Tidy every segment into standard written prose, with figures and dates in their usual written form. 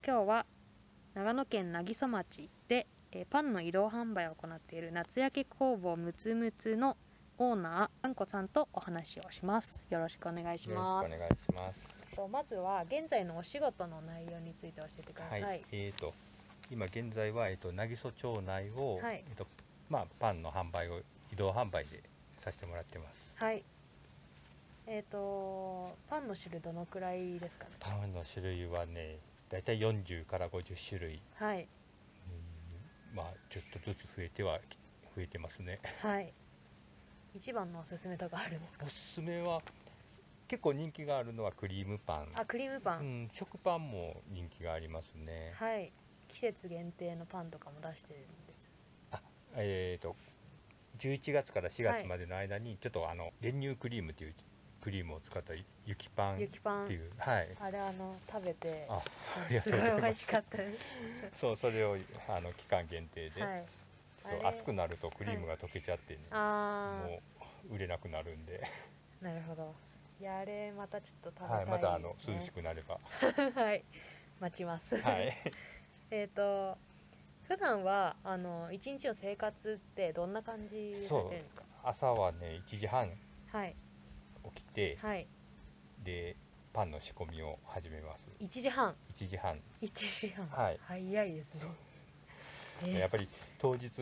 今日は長野県南木曽町でパンの移動販売を行っている夏焼け工房むつむつのオーナーあんこさんとお話をします。よろしくお願いします。 よろしくお願いします。 まずは現在のお仕事の内容について教えてください。 はい、今現在は南木曽町内を、 はい、 パンの販売を移動販売でさせてもらってます。 はい。パンの種類どのくらいですかね。 パンの種類はね、だいたい40から50種類。 はい。 ちょっとずつ増えてますね。 はい。一番のおすすめとかあるんですか。 おすすめは結構人気があるのはクリームパン。 あ、クリームパン。 食パンも人気がありますね。 はい。季節限定のパンとかも出してるんです。 11月から4月までの間に、ちょっと練乳クリームというクリームを使った雪パンっていう、はい、 あれ食べてすごい美味しかったですそう、それを期間限定で、 はい、 暑くなるとクリームが溶けちゃってね、もう売れなくなるんでなるほど。いや、あれまたちょっと食べたいですね。 また涼しくなればはい待ちますはい普段は一日の生活ってどんな感じでされてるんですか。 朝はね1時半はい起きて、 はい、 でパンの仕込みを始めます。 1時半 1時半、 はい、早いですね。 やっぱり当日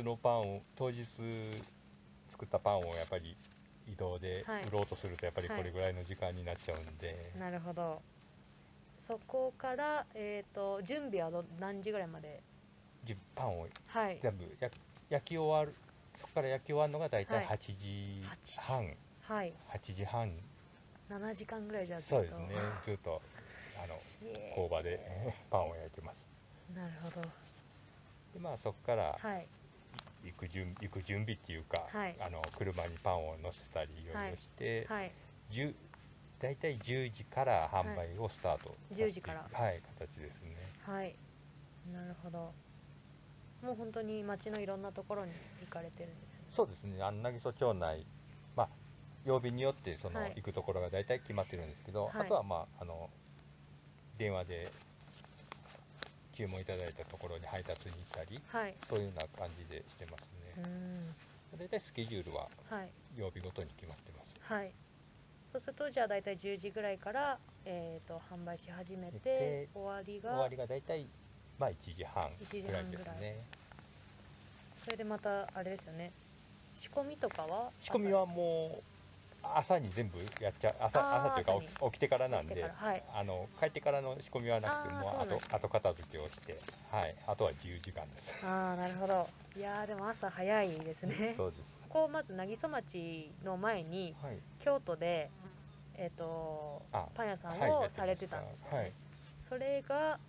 作ったパンをやっぱり移動で売ろうとするとやっぱりこれぐらいの時間になっちゃうんで、 なるほど。そこから準備は何時ぐらいまでパンを全部焼き終わる、そこから焼き終わるのが大体8時半、8時半、 7時間ぐらいじゃそうですね、ずっと工場でパンを焼いてます。 なるほど。 でそこから行く準備っていうか、車にパンを乗せたりいろいろして、大体10時から販売をスタートさせて、10時から形ですね。 はい、なるほど。もう本当に町のいろんなところに行かれてるんですよね。 そうですね、南木曽町内、曜日によって行くところが大体決まってるんですけど、あとは電話で注文いただいたところに配達に行ったり、そういうような感じでしてますね。大体スケジュールは曜日ごとに決まってます。 はい。そうするとじゃあ大体10時ぐらいから販売し始めて、終わりが大体1時半ぐらいですね。 それでまたあれですよね。仕込みとかは？ 仕込みはもう朝に全部やっちゃう。朝というか起きてからなんで、帰ってからの仕込みはなくて、もう後片付けをして、あとは自由時間です。 なるほど。いやでも朝早いですね。 そうです。 まず南木曽町の前に、京都でパン屋さんをされてたんですよね。それが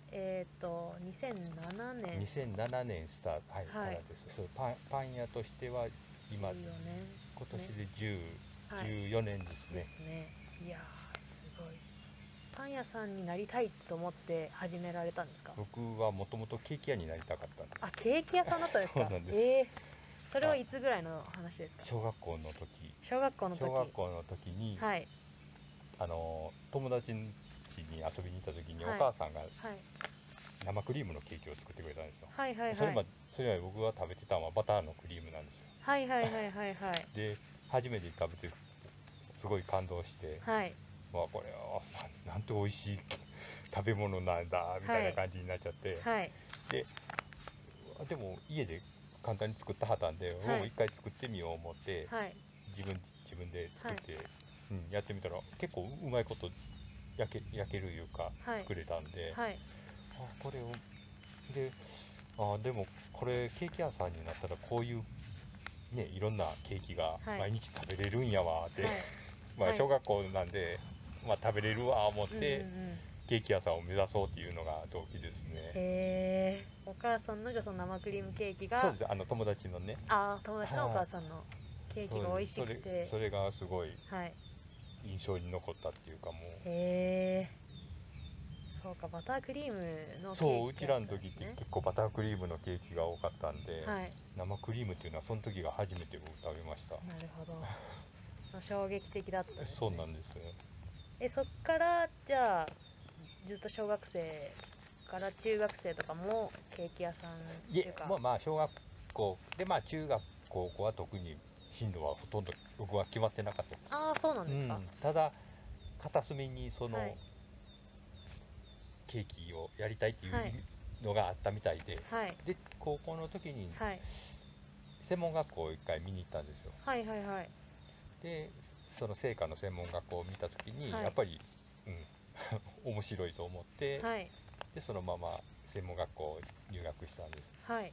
2007 年スタートからです。そう、パン屋としては今年で14年ですね。 いやすごい。パン屋さんになりたいと思って始められたんですか。 僕はもともとケーキ屋になりたかったんです。 ケーキ屋さんだったんですか。 そうなんです。 それはいつぐらいの話ですか。 小学校の時に、友達に遊びに行った時にお母さんが生クリームのケーキを作ってくれたんですよ。それは僕が食べてたのはバターのクリームなんですよ。で初めて食べてすごい感動して、これはなんて美味しい食べ物なんだみたいな感じになっちゃって、でも家で簡単に作ったはったんで、もう一回作ってみよう思って、自分で作って、やってみたら結構うまいこと焼けるいうか作れたんで、これをでもこれケーキ屋さんになったらこういうね、いろんなケーキが毎日食べれるんやわって、小学校なんで、食べれるわ思って、ケーキ屋さんを目指そうっていうのが動機ですね。 お母さんのその生クリームケーキが、 そうです、友達のね、 友達のお母さんのケーキが美味しくて、 それがすごい印象に残ったっていうか、もうそうか、バタークリームのケーキ、 そう、うちらの時って結構バタークリームのケーキが多かったんで、生クリームっていうのはその時が初めて僕食べました。 なるほど。衝撃的だったんですね。 そうなんです。 そっからじゃあずっと小学生から中学生とかもケーキ屋さんっていうか、 まあ小学校で、まあ中学高校は特に進路はほとんど僕は決まってなかったです。 ああそうなんですか。 ただ片隅にその、 はい、 ケーキをやりたいっていうはいのがあったみたいで、 はい、 で高校の時にはい、 専門学校を一回見に行ったんですよ。 はいはいはい。 でその製菓の専門学校を見た時に、 はいやっぱり、面白いと思って、 はい、 でそのまま専門学校入学したんです。 はい。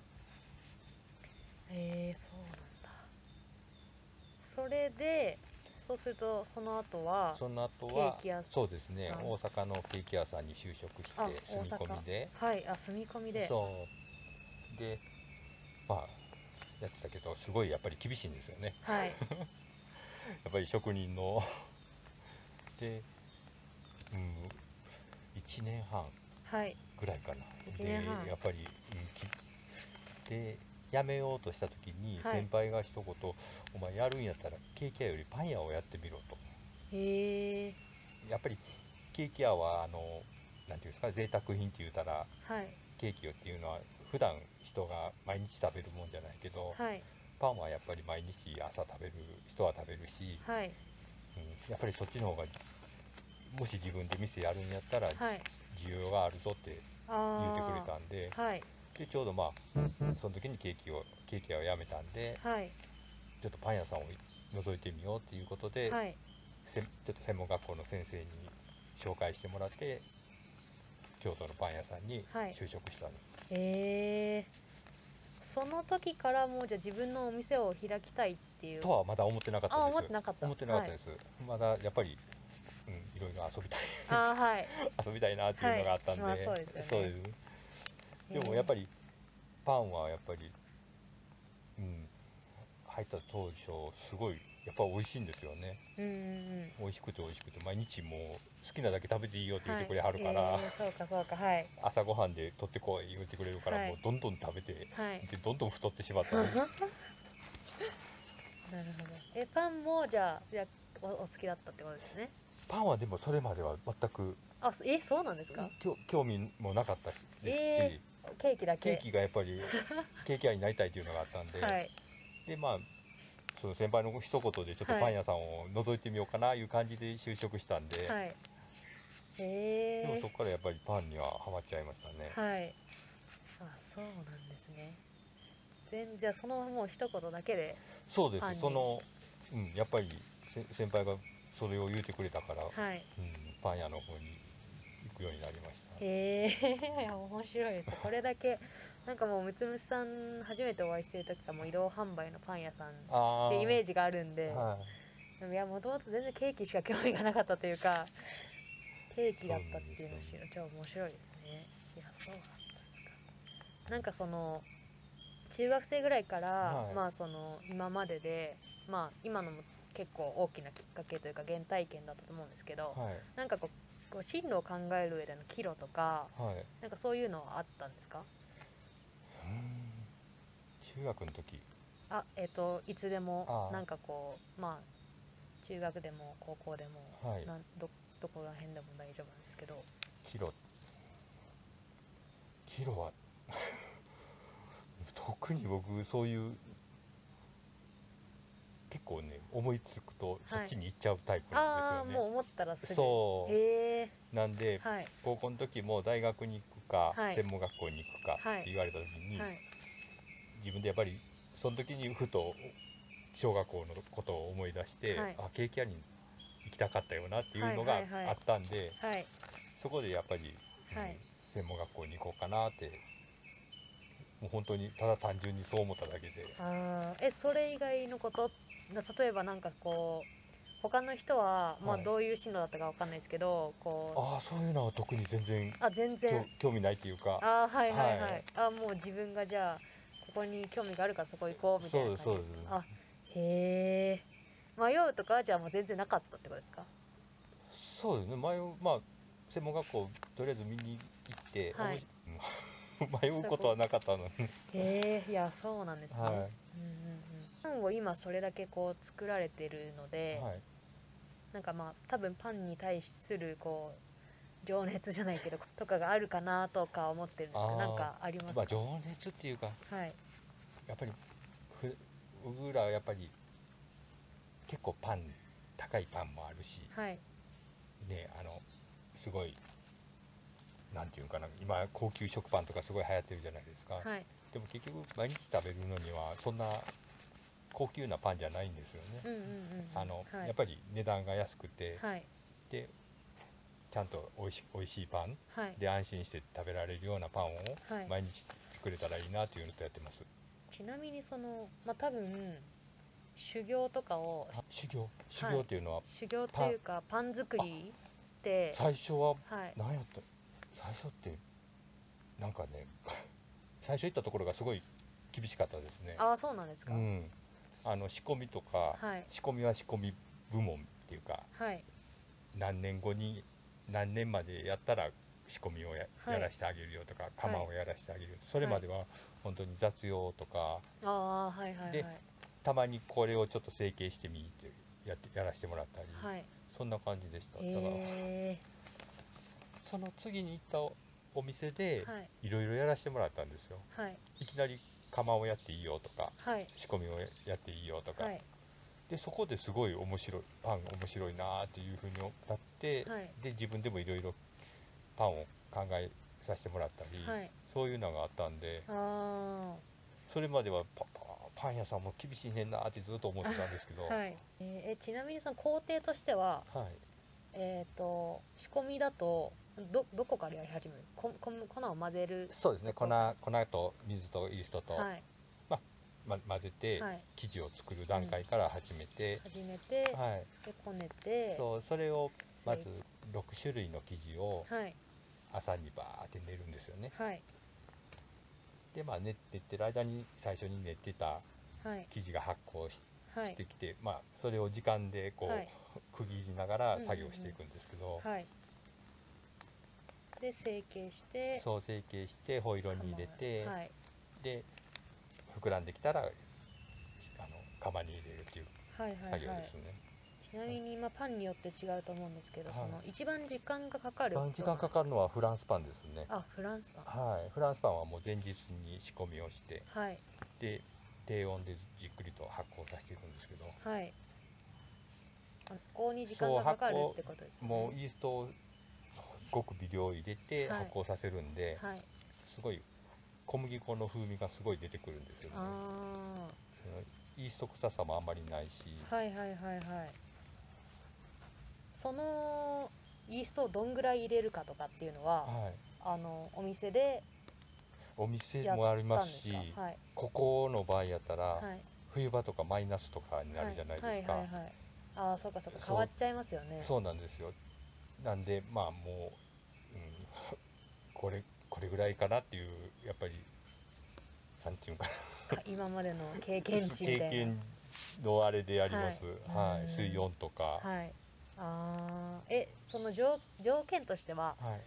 そうなんだ。それでそうするとその後はその後ケはーキ屋さん。 そうですね、大阪のケーキ屋さんに就職してあ、 住み込みで、 はい、あ、住み込みで。 そうでまあやってたけど、すごいやっぱり厳しいんですよね。 はい。 やっぱり職人ので、1年半はい。 ぐらいかな。 1年半。 でやっぱり、で辞めようとした時にはい先輩が一言、お前やるんやったらケーキ屋よりパン屋をやってみろと。 へえ。 やっぱりケーキ屋はなんていうんですか、贅沢品って言うたら、 はい。 ケーキっていうのは普段人が毎日食べるもんじゃないけど、 はい。 パンはやっぱり毎日朝食べる人は食べるし、 はい。 やっぱりそっちの方が、もし自分で店やるんやったらはい。 需要があるぞって言うてくれたんで、 はい。 でちょうどまあその時にケーキ屋を辞めたんで、 はい。 ちょっとパン屋さんを覗いてみようっていうことで、 はい。 ちょっと専門学校の先生に紹介してもらって京都のパン屋さんに就職したんです。 へえ。その時からもうじゃあ自分のお店を開きたいっていうとはまだ思ってなかったです。 思ってなかった。 思ってなかったです。まだやっぱり、いろいろ遊びたいはい。 遊びたいなっていうのがあったんで、 まあそうですよね。 そうです。でもやっぱりパンはやっぱり、入った当初すごいやっぱ美味しいんですよね。美味しくて毎日もう好きなだけ食べていいよって言ってくれはるから、 そうかそうか、はい。 朝ごはんで取ってこい言ってくれるから、もうどんどん食べて、でどんどん太ってしまったんです。なるほど。パンもじゃあお好きだったってことですね。 パンはでもそれまでは全くそうなんですか。 興味もなかったしですし、 ケーキだけ。 ケーキがやっぱりケーキ屋になりたいというのがあったんで、でまあその先輩の一言でちょっとパン屋さんを覗いてみようかないう感じで就職したんで、でもそこからやっぱりパンにはハマっちゃいましたね。 はい。そうなんですね。じゃあそのもう一言だけで。 そうです。やっぱり先輩がそれを言うてくれたから、パン屋の方に行くようになりました。 いや面白いです。これだけなんかもうむつむつさん初めてお会いしてる時からもう移動販売のパン屋さんってイメージがあるんで、でもいやもともと全然ケーキしか興味がなかったというか、ケーキだったっていうの超面白いですね。いやそうだったんですか。なんかその中学生ぐらいから、まあその今までで、まあ今のも結構大きなきっかけというか原体験だったと思うんですけど、なんかこう進路を考える上での岐路とか、なんかそういうのはあったんですか？ 中学の時、 いつでもなんかこうまあ中学でも高校でも、どこら辺でも大丈夫なんですけど。 岐路は特に僕そういう結構ね思いつくとそっちに行っちゃうタイプなんですよね。 もう思ったらすぐ。 そうなんで、高校の時も大学に行くか、専門学校に行くかって言われた時に、自分でやっぱりその時にふと小学校のことを思い出して、ケーキ屋に行きたかったよなっていうのがあったんで、そこでやっぱり、専門学校に行こうかなって、もう本当にただ単純にそう思っただけで。 それ以外のこと例えばなんかこう他の人はまあどういう進路だったかわかんないですけど、 そういうのは特に全然興味ないっていうか、 もう自分がじゃあここに興味があるからそこ行こうみたいな感じですか？へえ。迷うとかはじゃあもう全然なかったってことですか？ そうですね。専門学校とりあえず見に行って、迷うことはなかったので。いやそうなんですね。パンを今それだけこう作られてるので、なんかまあ多分パンに対するこう情熱じゃないけどとかがあるかなとか思ってるんですけど、なんかありますか？ 情熱っていうか、 はい、 やっぱり僕らはやっぱり結構高いパンもあるし、 はい、 ね、すごいなんていうかな、今高級食パンとかすごい流行ってるじゃないですか。 はい、 でも結局毎日食べるのにはそんな高級なパンじゃないんですよね。 うんうんうんうん、はい、 やっぱり値段が安くて、 はい、 でちゃんとおいしいパンはい、 で安心して食べられるようなパンをはい。 毎日作れたらいいなというのとやってます。 ちなみにその多分修行とかを、 修行っていうのは、 修行というかパン作りって最初ははい、 何やった、最初ってなんかね最初行ったところがすごい厳しかったですね。 ああそうなんですか？ 仕込みとか、 はい、 仕込みは仕込み部門っていうか、 はい、 何年後に何年までやったら仕込みをやらせてあげるよとか、釜をやらせてあげるよ、それまでは本当に雑用とか、 ああはいはいはい、 でたまにこれをちょっと成形してみってやらせてもらったり、 はい、 そんな感じでした。だからその次に行ったお店でいろいろやらせてもらったんですよ。 はい、 いきなり釜をやっていいよとか、 はい、 仕込みをやっていいよとか、 はい、 でそこですごい面白いなっていうふうになって、 はい、 で自分でもいろいろパンを考えさせてもらったり、 はい、 そういうのがあったんで、 あそれまではパン屋さんも厳しいねんなってずっと思ってたんですけど、 はい、ちなみにその工程としては、 はい、 仕込みだとどこからやり始める？粉を混ぜる？ そうですね、粉と水とイーストと、 はい、 混ぜてはい、 生地を作る段階から始めて、はい、 でこねて、 それをまず6種類の生地をはい、 朝にバーって練るんですよね。 はい、 で練ってる間に最初に練ってたはい、 生地が発酵はい、 してきて、それを時間でこう、 はい、 区切りながら作業していくんですけど、 はい、で成形して、 そう成形してホイロに入れて、 はい、 で膨らんできたら釜に入れるっていうはいはい作業はい。 ですね。 ちなみにパンによって違うと思うんですけど、 はい、 その一番時間がかかる時間かかるのはフランスパンですね。 あ、フランスパン。 はい、フランスパンはもう前日に仕込みをして、 はい、 で低温でじっくりと発酵させていくんですけど、 はい、発酵に時間がかかるってことですね。 もうイーストをごく微量入れてはい発酵させるんで、 はい、 すごい小麦粉の風味がすごい出てくるんですよね。 あそのイースト臭さもあんまりないし、 はいはいはいはい。そのイーストをどんぐらい入れるかとかっていうのは、 はい、 お店でお店もありますし、 はい、 ここの場合やったら、 はい、 冬場とかマイナスとかになるじゃないですか。 はいはいはいはい。ああそうかそうか、変わっちゃいますよね。 そうなんですよ。なんでもう、これぐらいかなっていう、やっぱりなんていうかな今までの経験値みたいな。 経験のあれでやります。 はい、 はい、水温とか。 はい。ああ、その条件としては、 はい、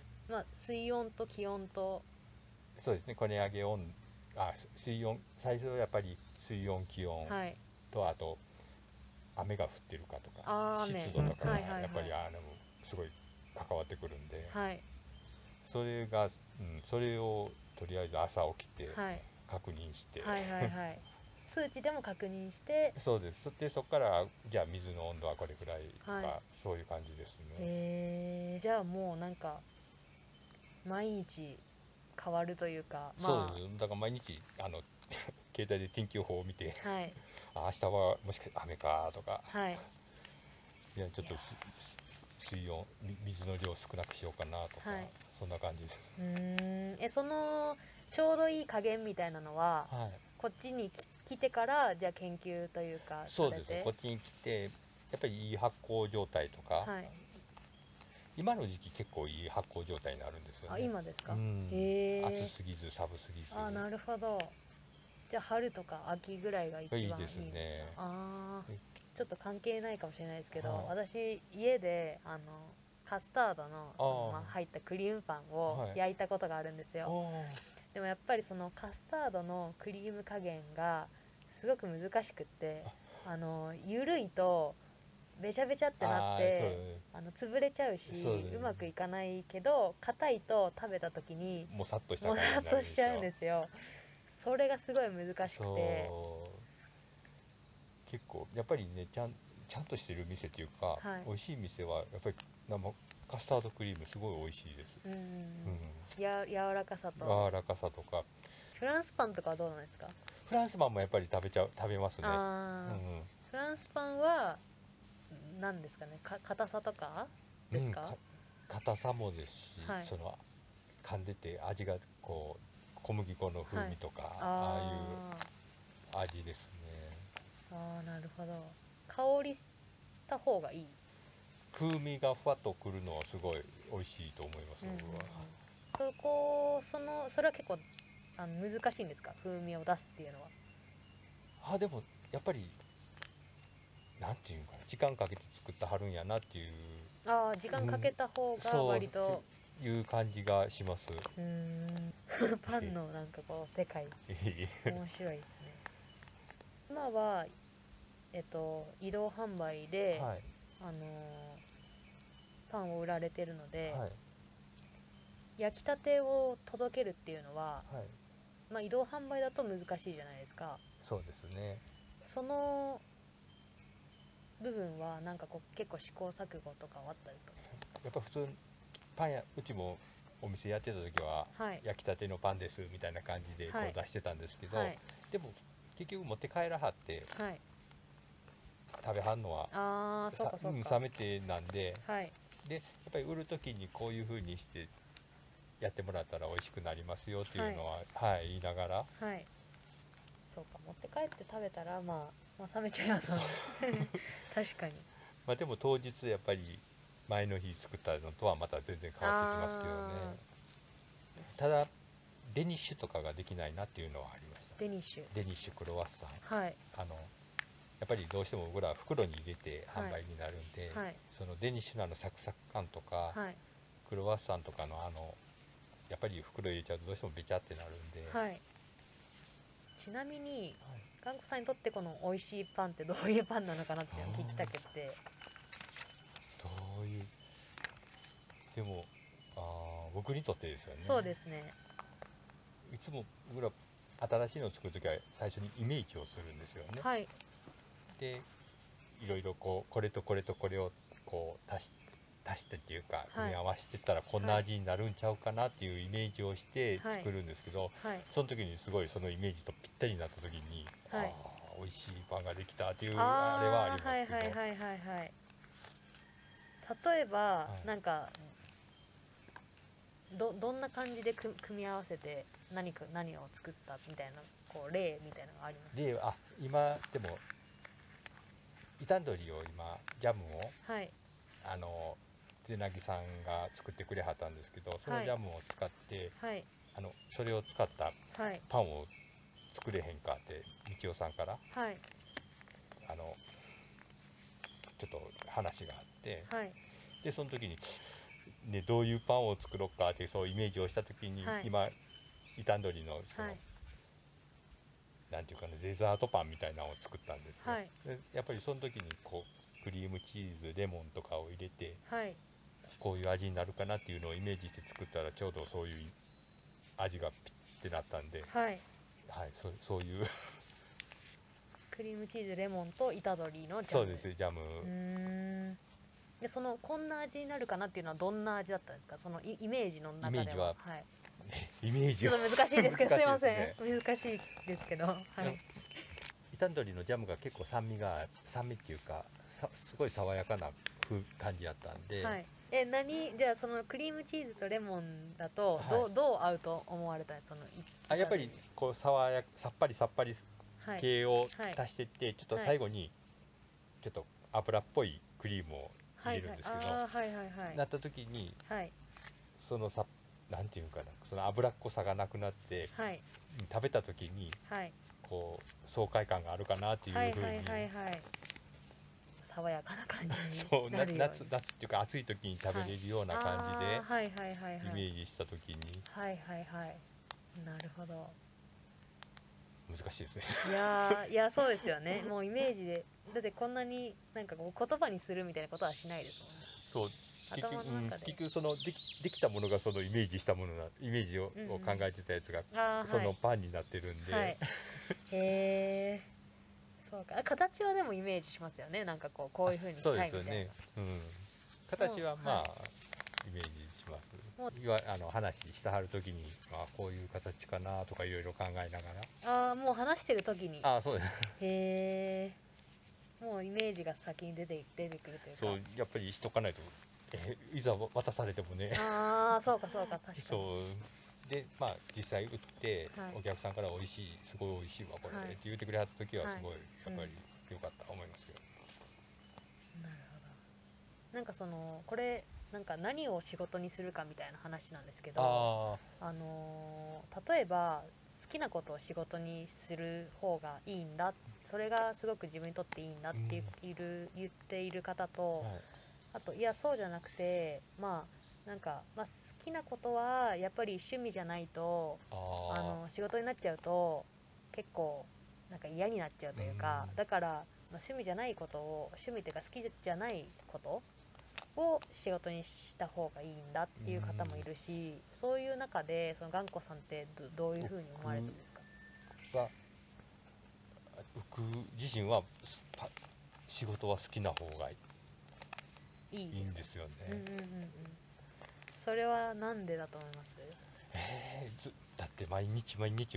水温と気温と。 そうですね、こね上げ温、水温、最初はやっぱり水温、気温と、あと雨が降ってるかとか、湿度とかがやっぱりすごい関わってくるんで、 はい、 それをとりあえず朝起きて確認して、 はいはいはい、数値でも確認して、 そうです。でそこからじゃあ水の温度はこれくらいとか、 はい、 そういう感じですね。 じゃあもうなんか毎日変わるというか、 そうです。だから毎日携帯で天気予報を見て、 はい、 明日はもしかして雨かとか、 はい、 いやちょっと水の量少なくしようかなとか、はい、そんな感じです。 そのちょうどいい加減みたいなのは、はい、こっちに来てからじゃあ研究というかそうですね、こっちに来てやっぱりいい発酵状態とか、はい、今の時期結構いい発酵状態になるんですよね。 あ、今ですか？ 暑すぎず寒すぎず。 あ、なるほど。じゃあ春とか秋ぐらいが一番いいんですか？ いいですね。 ちょっと関係ないかもしれないですけど、はい、私家でカスタードの入ったクリームパンを焼いたことがあるんですよ。はい、でもやっぱりそのカスタードのクリーム加減がすごく難しくって、緩いとべちゃべちゃってなって潰れちゃうし、うまくいかないけど、硬いと食べた時にもさっとしちゃうんですよ。それがすごい難しくて、 結構やっぱりね、ちゃんとしてる店っていうか、美味しい店はやっぱりカスタードクリームすごい美味しいです。 柔らかさとか。 フランスパンとかはどうなんですか？ フランスパンもやっぱり食べますね。 フランスパンは何ですかね、硬さとかですか？ 硬さもですし、その噛んでて味がこう小麦粉の風味とか、ああいう味ですね。 なるほど。香りした方がいい。 風味がふわっとくるのはすごい美味しいと思います。 それは結構難しいんですか？風味を出すっていうのは。 でもやっぱりなんていうか時間かけて作ってはるんやなっていう。 時間かけた方が割と、 いう感じがします。 パンのなんかこう世界面白いですね。今は移動販売で、パンを売られてるので、焼きたてを届けるっていうのは、移動販売だと難しいじゃないですか。 そうですね。 その部分はなんかこう結構試行錯誤とかはあったんですか？ やっぱ普通パンうちもお店やってた時は、焼きたてのパンですみたいな感じでこう出してたんですけど、でも結局持って帰らはって、食べはんのは冷めてなんで、でやっぱり売る時にこういう風にしてやってもらったら美味しくなりますよっていうのは、言いながら、 そうか、持って帰って食べたら冷めちゃいますもんね。確かに。 でも当日やっぱり前の日作ったのとはまた全然変わってきますけどね。ただデニッシュとかができないなっていうのはありました。 デニッシュクロワッサン、やっぱりどうしても僕らは袋に入れて販売になるんで、そのデニッシュのサクサク感とか、クロワッサンとかのやっぱり袋入れちゃうとどうしてもべちゃってなるんで、 ちなみに頑固さんにとってこの美味しいパンってどういうパンなのかなっていうのを聞きたくて。 どういう、でも僕にとってですよね。 そうですね。 いつも僕ら新しいのを作るときは最初にイメージをするんですよね。でいろいろこれとこれとこれをこう足してっていうか組み合わせてったらこんな味になるんちゃうかなっていうイメージをして作るんですけど、その時にすごいそのイメージとぴったりになった時に、美味しいパンができたっていうあれはありますけど、例えば、なんかどんな感じで組み合わせて何を作ったみたいなこう例みたいなのがあります？ 例は今でも傷んどりを今ジャムを、ゼナギさんが作ってくれはったんですけど、そのジャムを使って、それを使ったパンを作れへんかってみちおさんから、ちょっと話があって、でその時に、ね、どういうパンを作ろうかってそうイメージをした時に、今傷んどりのその、なんていうかね、デザートパンみたいなのを作ったんですよ。でやっぱりその時にこうクリームチーズレモンとかを入れて、こういう味になるかなっていうのをイメージして作ったらちょうどそういう味がピッてなったんで、そういうクリームチーズレモンと虎杖のジャム。 そうです、ジャム。 でこんな味になるかなっていうのはどんな味だったんですか？そのイメージの中では。 イメージはちょっと難しいですけど、すいません、難しいですけど、 傷んどりのジャムが結構酸味っていうかすごい爽やかな感じやったんで、 じゃあそのクリームチーズとレモンだとどう合うと思われたんですか？ やっぱりこうさっぱり系を足していって、ちょっと最後にちょっと油っぽいクリームを入れるんですけど、なった時にそのなんていうかな、その脂っこさがなくなって、食べた時にこう爽快感があるかなっていうふうに、 爽やかな感じになるように、 夏っていうか暑い時に食べれるような感じでイメージした時に、 なるほど。 難しいですね。 いやそうですよね。もうイメージで、だってこんなになんかこう言葉にするみたいなことはしないですもんね。 そう結局、 頭の中で、 結局そのできたものがそのイメージしたものなイメージを、考えてたやつがそのパンになってるんで、 はい、へえ、そうか。形はでもイメージしますよね。なんかこういう風にしたいみたいな。そうですよね。 形はまあ、イメージします。話したはるときに、こういう形かなとかいろいろ考えながら。もう話してる時に。 そうです。 へえ。もうイメージが先に出てくるというか。 そう、やっぱりしとかないと、いざ渡されてもね。 そうか確かに。 そうで実際売って、お客さんから美味しい、すごい美味しいわこれ、って言ってくれはった時はすごい、やっぱり良かったと思いますけど。 なるほど。なんかこれなんか何を仕事にするかみたいな話なんですけど、例えば好きなことを仕事にする方がいいんだ、それがすごく自分にとっていいんだって言っている方と、あといやそうじゃなくて、なんか、好きなことはやっぱり趣味じゃないと仕事になっちゃうと結構なんか嫌になっちゃうというか、だから、趣味じゃないことを、趣味っていうか好きじゃないことを仕事にした方がいいんだっていう方もいるし、そういう中でその頑固さんってどういうふうに思われたんですか？ 僕自身は仕事は好きな方がいいんですよね。 それはなんでだと思います？ だって毎日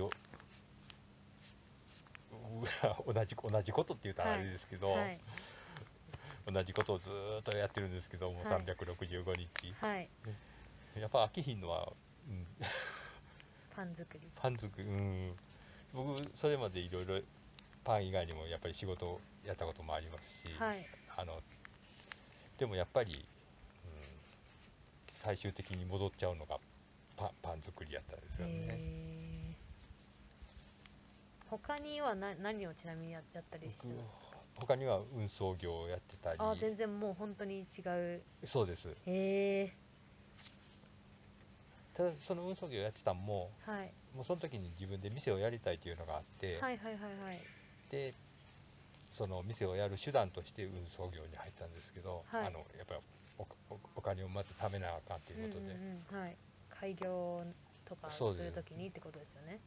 同じことって言うとあれですけど、同じことをずっとやってるんですけども、365日、やっぱ飽きひんのは、 パン作り、 僕それまでいろいろパン以外にもやっぱり仕事をやったこともありますし、でもやっぱり、最終的に戻っちゃうのがパン作りやったんですよね。 他には何をちなみにやったりしてたんですか？ 他には運送業をやってたり。 全然もう本当に違う。 そうです。ただその運送業やってたのも、もうその時に自分で店をやりたいというのがあって、でその店をやる手段として運送業に入ったんですけど、やっぱりお金をまず貯めなあかんということで、 開業とかする時にってことですよね。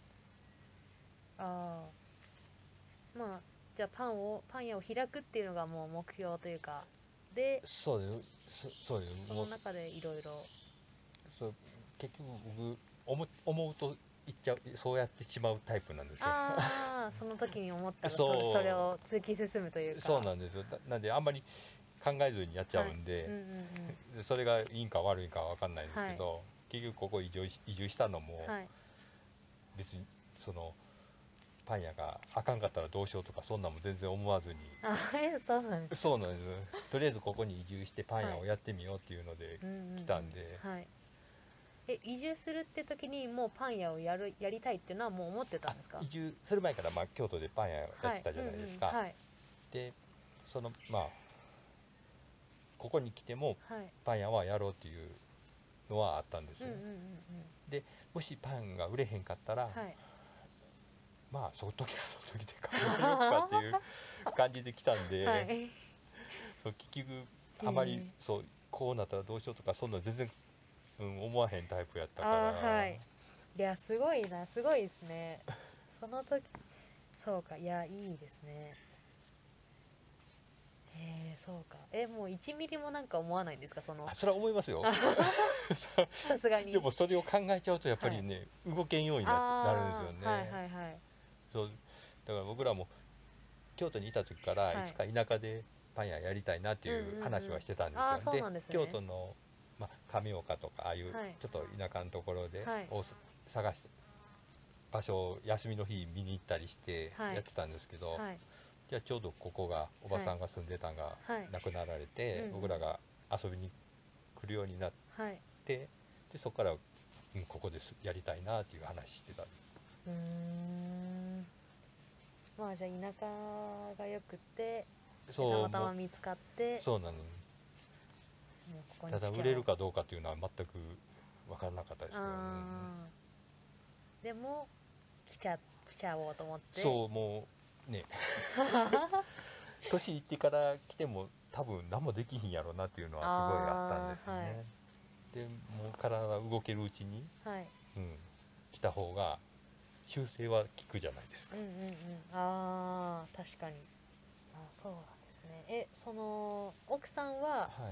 じゃあパン屋を開くっていうのがもう目標というかで、 そうです。 その中でいろいろ結局僕思うと言っちゃう、そうやってしまうタイプなんですよ。 その時に思ったらそれを突き進むというか。 そうなんですよ。なんであんまり考えずにやっちゃうんで、それがいいんか悪いんかは分かんないんですけど、結局ここ移住したのも、別にそのパン屋があかんかったらどうしようとかそんなんも全然思わずに。 そうなんです。 そうなんです。とりあえずここに移住してパン屋をやってみようっていうので来たんで。 移住するって時にもうパン屋をやりたいっていうのはもう思ってたんですか？ 移住する前から京都でパン屋やってたじゃないですか。でここに来てもパン屋はやろうっていうのはあったんですよ。でもしパンが売れへんかったら、その時はその時で考えようかっていう感じで来たんで、結局あまりこうなったらどうしようとかそんな全然思わへんタイプやったから。 いやすごいですね。その時そうか、いやいいですね。そうか。もう1ミリもなんか思わないんですか？それは思いますよ。 さすがに。 でもそれを考えちゃうとやっぱりね、動けんようになるんですよね。そうだから僕らも京都にいた時からいつか田舎でパン屋やりたいなっていう話はしてたんですよ。で京都の亀岡とかああいうちょっと田舎のところで探して場所を休みの日見に行ったりしてやってたんですけど、じゃあちょうどここがおばさんが住んでたんが亡くなられて、僕らが遊びに来るようになって、でそこからここでやりたいなっていう話してたんです。 じゃあ田舎がよくてたまたま見つかって。 そうなの。ただ売れるかどうかっていうのは全く分からなかったですけどね。 でも来ちゃおうと思って。 そうもうね年いってから来ても多分何もできひんやろうなっていうのはすごいあったんですよね、はい、でもう体が動けるうちに、はい、来た方が修正は効くじゃないですか。 ああ確かに。あ、そうなんですね。その奥さんは、はい、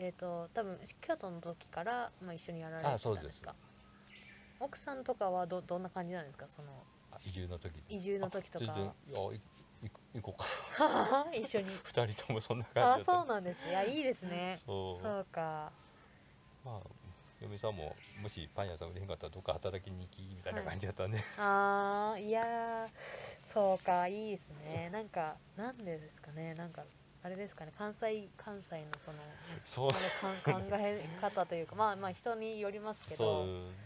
多分京都の時から、一緒にやられてたんですか？ そうです。 奥さんとかはどんな感じなんですか？その移住の時。 移住の時とか。 全然行こうか一緒に 2人ともそんな感じだった。 そうなんですね。いや、いいですね。そうか。 まあ嫁さんももしパン屋さん売れへんかったらどっか働きに行きみたいな感じだったんで、 はい、いやそうか、いいですね。なんでですかね、あれですかね、関西のそう考え方というか、まあ人によりますけど、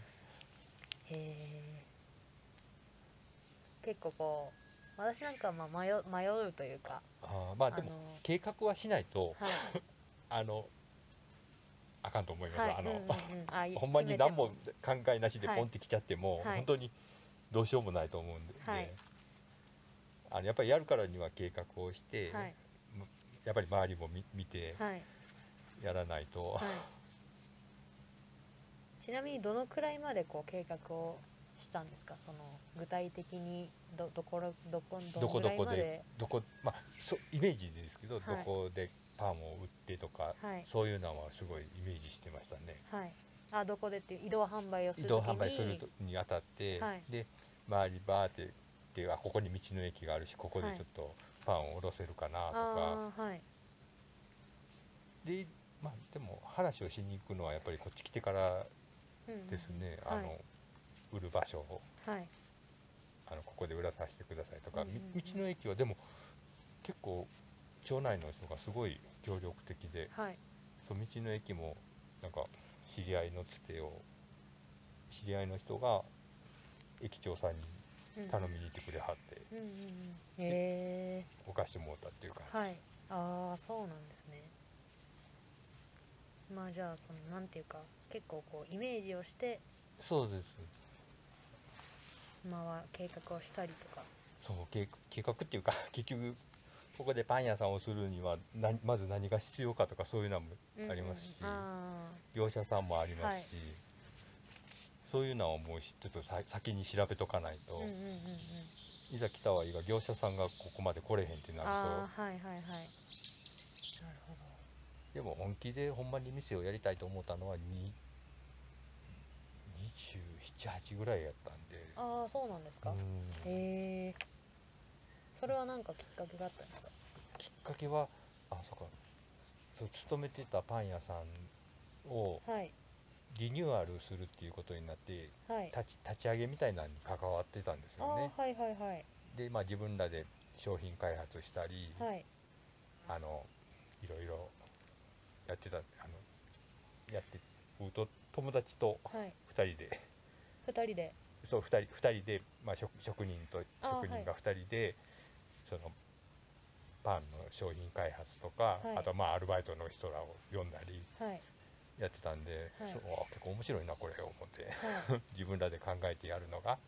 結構こう私なんか迷うというか、 まあでも計画はしないと、はい、あかんと思います。ほんまに何も考えなしでポンってきちゃっても、本当にどうしようもないと思うんで、やっぱりやるからには計画をして、やっぱり周りも見てやらないと、 ちなみにどのくらいまでこう計画をしたんですか？その具体的にどこぐらいまで、 まあイメージですけど、どこでパンを売ってとか、そういうのはすごいイメージしてましたね。 どこでっていう移動販売をする移動販売するにあたって、で周りバーってここに道の駅があるし、ここでちょっとパンを卸せるかなとか、ででも話をしに行くのはやっぱりこっち来てからですね。売る場所を、ここで売らさせてくださいとか、道の駅はでも結構町内の人がすごい協力的で、そう道の駅もなんか知り合いの人が駅長さんに頼みに行ってくれはって、お菓子もらったっていう感じです。 ああ、そうなんですね。まあじゃあなんていうか、結構こうイメージをして、 そうです。 計画をしたりとか。 そう計画っていうか結局ここでパン屋さんをするにはまず何が必要かとか、そういうのもありますし、業者さんもありますし、そういうのはもうちょっと先に調べとかないと、いざ来たはいいが業者さんがここまで来れへんってなると、なるほど。でも本気でほんまに店をやりたいと思ったのは27、8ぐらいやったんで。 ああ、そうなんですか。へえ。それは何かきっかけがあったんですか？ きっかけは勤めてたパン屋さんをリニューアルするっていうことになって、立ち上げみたいなのに関わってたんですよね。で自分らで商品開発したり、いろいろやって友達と2人で、そう2人で、職人が2人でそのパンの商品開発とか、あとアルバイトの人らを呼んだりやってたんで、結構面白いなこれ思って、自分らで考えてやるのが、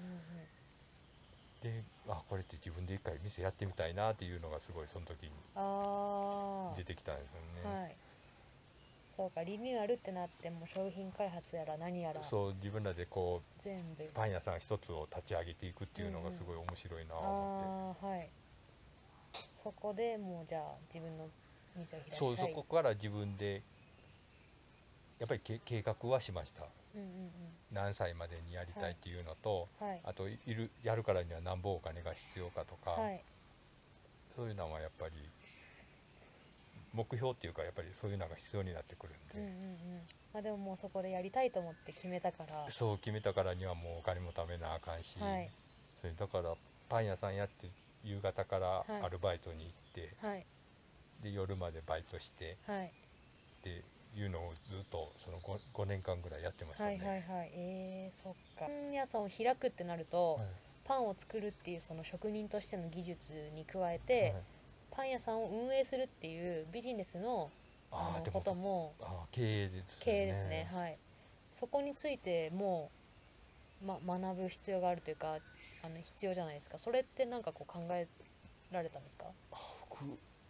でこれって自分で一回店やってみたいなっていうのがすごいその時に出てきたんですよね。 そうか、リニューアルってなっても商品開発やら何やら、 そう自分らでこう全部パン屋さん一つを立ち上げていくっていうのがすごい面白いなと思って、 そこでもうじゃあ自分の店を開きたい。 そこから自分でやっぱり計画はしました。何歳までにやりたいっていうのと、あとやるからには何ぼお金が必要かとか、そういうのはやっぱり目標っていうか、やっぱりそういうのが必要になってくるんで、 でももうそこでやりたいと思って決めたから、 そう決めたからにはもうお金も貯めなあかんし、それだからパン屋さんやって夕方からアルバイトに行って、で夜までバイトして、っていうのをずっとその 5年間ぐらいやってましたね。 そっか。パン屋さんを開くってなると、パンを作るっていうその職人としての技術に加えて、パン屋さんを運営するっていうビジネスのことも経営ですね。 そこについても学ぶ必要があるというか必要じゃないですか。それってなんかこう考えられたんですか？ 僕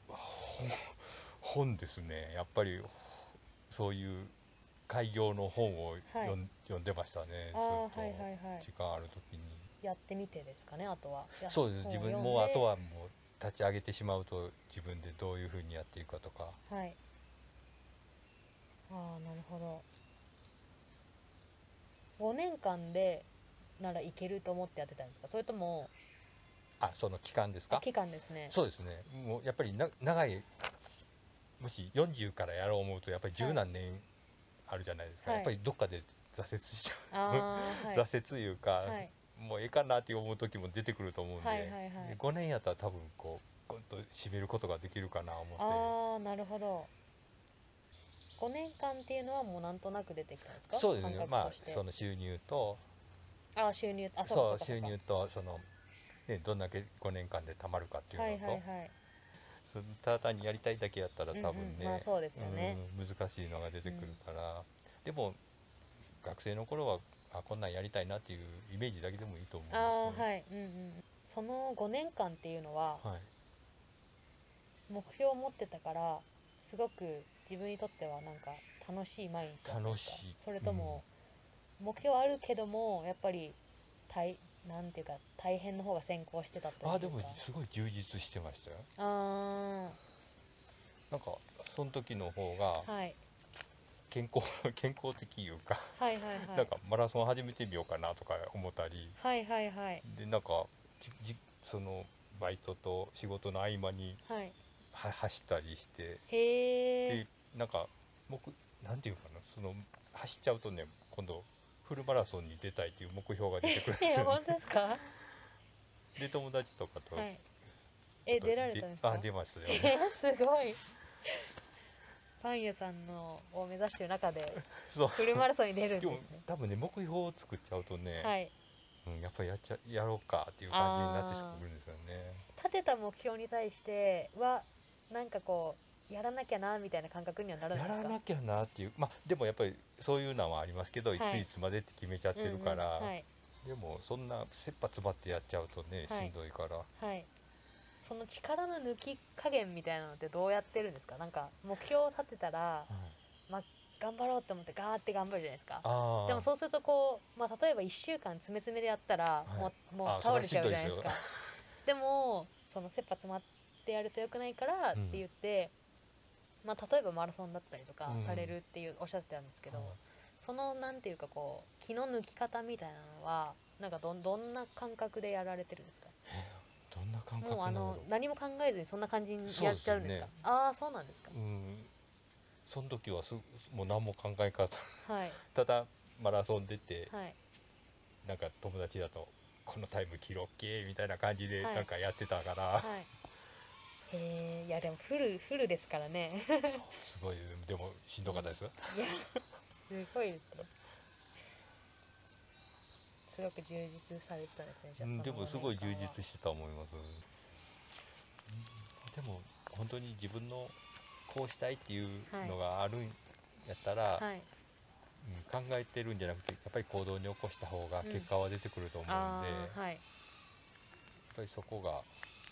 本ですね。やっぱりそういう開業の本を読んでましたね。ずっと時間ある時にやってみてですかね。あとはそうです。自分もあとはもう立ち上げてしまうと自分でどういうふうにやっていくかとか。 はい。ああ、なるほど。5年間でならいけると思ってやってたんですか？それともその期間ですか？ 期間ですね。 そうですね。もうやっぱり長い、もし40からやろう思うとやっぱり十何年あるじゃないですか、やっぱりどっかで挫折しちゃう挫折というか、もうええかなって思う時も出てくると思うんで、5年やったら多分こうグンと締めることができるかな思って。 ああ、なるほど。5年間っていうのはもうなんとなく出てきたんですか？ そうですね。その収入と収入、 そう収入とその、ね、どんだけ5年間で貯まるかっていうのと、ただ単にやりたいだけやったら多分ね、 そうですよね、 難しいのが出てくるから、でも学生の頃はこんなんやりたいなっていうイメージだけでもいいと思うんですね。 その5年間っていうのは、目標を持ってたからすごく自分にとってはなんか楽しい毎日だったんですか？それとも、目標あるけどもやっぱりなんていうか大変の方が先行してたというか。 でもすごい充実してましたよ。なんかその時の方が健康的いうか、なんかマラソン始めてみようかなとか思ったり、でなんかそのバイトと仕事の合間に走ったりして、でなんかなんていうかな、その走っちゃうとね、今度フルマラソンに出たいっていう目標が出てくるんですよね。 本当ですか？ で友達とかと、 出られたんですか？ 出ましたよ。 すごい。パン屋さんのを目指してる中でフルマラソンに出るんですね。 多分ね、目標を作っちゃうとね、やっぱりやろうかっていう感じになってくるんですよね。 立てた目標に対してはなんかこうやらなきゃなみたいな感覚にはなるんですか？ やらなきゃなっていう、でもやっぱりそういうのはありますけど、いついつまでって決めちゃってるから、でもそんな切羽詰まってやっちゃうとね、しんどいから。 その力の抜き加減みたいなのってどうやってるんですか？なんか目標を立てたら、頑張ろうって思ってガーって頑張るじゃないですか。でもそうするとこう、例えば1週間詰め詰めでやったらもう倒れちゃうじゃないですか。でもその切羽詰まってやるとよくないからって言って、例えばマラソンだったりとかされるっておっしゃってたんですけど、そのなんていうかこう気の抜き方みたいなのはなんかどんな感覚でやられてるんですか？ どんな感覚もう何も考えずにそんな感じにやっちゃうんですか？そうなんですか。 その時はもう何も考え方ただマラソン出て、なんか友達だとこのタイム切ろっけみたいな感じでなんかやってたから、 いやでもフルですからね。 すごい。でもしんどかったです。いやすごいですよ。すごく充実されてたんですね。 でもすごい充実してたと思います。でも本当に自分のこうしたいっていうのがあるんやったら、考えてるんじゃなくてやっぱり行動に起こした方が結果は出てくると思うんで、やっぱりそこが、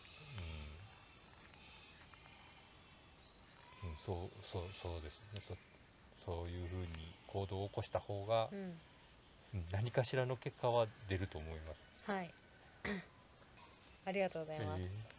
そうですね。そういうふうに行動を起こした方が、何かしらの結果は出ると思います。 ありがとうございます。